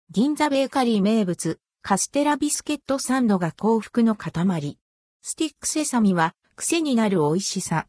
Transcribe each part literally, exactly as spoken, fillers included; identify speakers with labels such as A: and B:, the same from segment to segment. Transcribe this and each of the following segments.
A: 銀座ベーカリー名物、カステラビスケットサンドが幸福の塊。スティックセサミは癖になる美味しさ。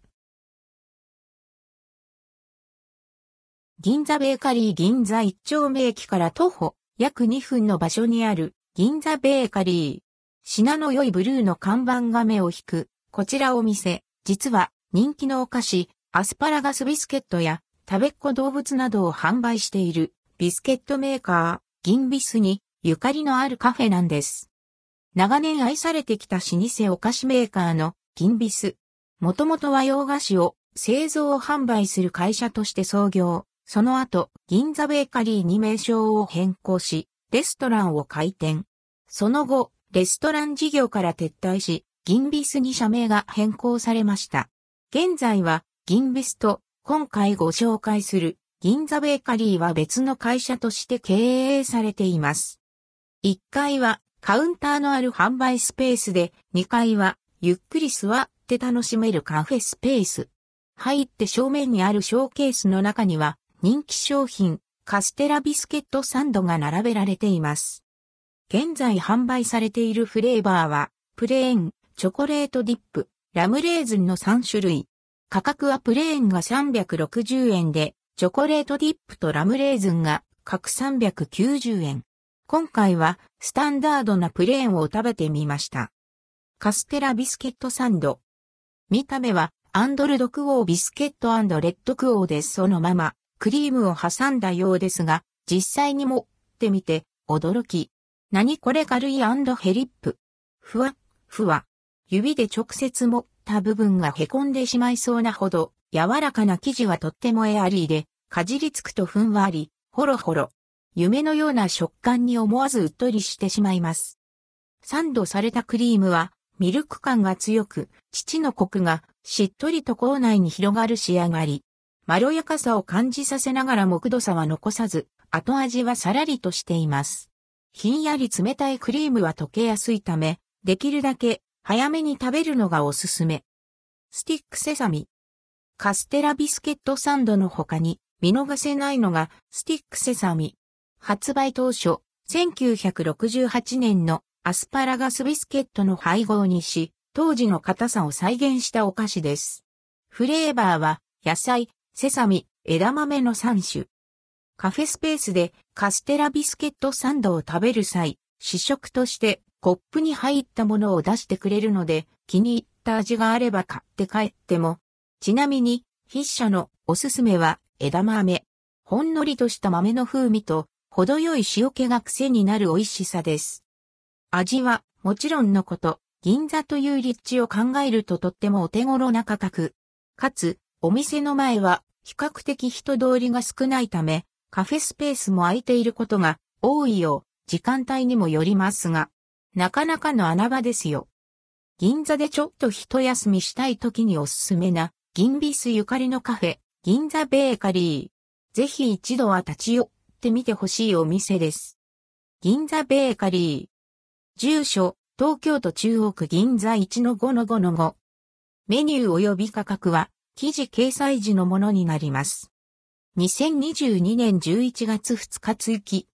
A: 銀座ベーカリー銀座一丁目駅から徒歩約にふんの場所にある銀座ベーカリー。品の良いブルーの看板が目を引く、こちらお店、実は人気のお菓子、アスパラガスビスケットや食べっ子動物などを販売しているビスケットメーカー、銀ビスにゆかりのあるカフェなんです。長年愛されてきた老舗お菓子メーカーの銀ビス。もともとは洋菓子を製造販売する会社として創業。その後、銀座ベーカリーに名称を変更し、レストランを開店。その後、レストラン事業から撤退し、銀ビスに社名が変更されました。現在は、銀ビスと、今回ご紹介する、銀座ベーカリーは別の会社として経営されています。いっかいは、カウンターのある販売スペースで、にかいは、ゆっくり座って楽しめるカフェスペース。入って正面にあるショーケースの中には、人気商品、カステラビスケットサンドが並べられています。現在販売されているフレーバーは、プレーン、チョコレートディップ、ラムレーズンのさんしゅるい。価格はプレーンがさんびゃくろくじゅうえんで、チョコレートディップとラムレーズンが各さんびゃくきゅうじゅうえん。今回はスタンダードなプレーンを食べてみました。カステラビスケットサンド。見た目はアンドルドクオービスケット&レッドクオーでそのままクリームを挟んだようですが、実際に持ってみて驚き。何これ軽い&ヘリップ。ふわっ、ふわ。指で直接持った部分が凹んでしまいそうなほど、柔らかな生地はとってもエアリーで、かじりつくとふんわり、ほろほろ。夢のような食感に思わずうっとりしてしまいます。サンドされたクリームは、ミルク感が強く、乳のコクがしっとりと口内に広がる仕上がり。まろやかさを感じさせながらもくどさは残さず、後味はさらりとしています。ひんやり冷たいクリームは溶けやすいため、できるだけ早めに食べるのがおすすめ。スティックセサミ。カステラビスケットサンドの他に見逃せないのがスティックセサミ。発売当初、せんきゅうひゃくろくじゅうはちねんのアスパラガスビスケットの配合にし、当時の硬さを再現したお菓子です。フレーバーは野菜、セサミ、枝豆のさんしゅ。カフェスペースでカステラビスケットサンドを食べる際、試食としてコップに入ったものを出してくれるので、気に入った味があれば買って帰っても。ちなみに、筆者のおすすめは枝豆。ほんのりとした豆の風味と、程よい塩気が癖になる美味しさです。味はもちろんのこと、銀座という立地を考えるととってもお手頃な価格。かつ、お店の前は比較的人通りが少ないため、カフェスペースも空いていることが多いよう、時間帯にもよりますが、なかなかの穴場ですよ。銀座でちょっと一休みしたい時におすすめな、銀ビスゆかりのカフェ、銀座ベーカリー。ぜひ一度は立ち寄ってみてほしいお店です。銀座ベーカリー。住所、東京都中央区銀座 いちのごのごのご。メニュー及び価格は、記事掲載時のものになります。にせんにじゅうにねんじゅういちがつふつか追記。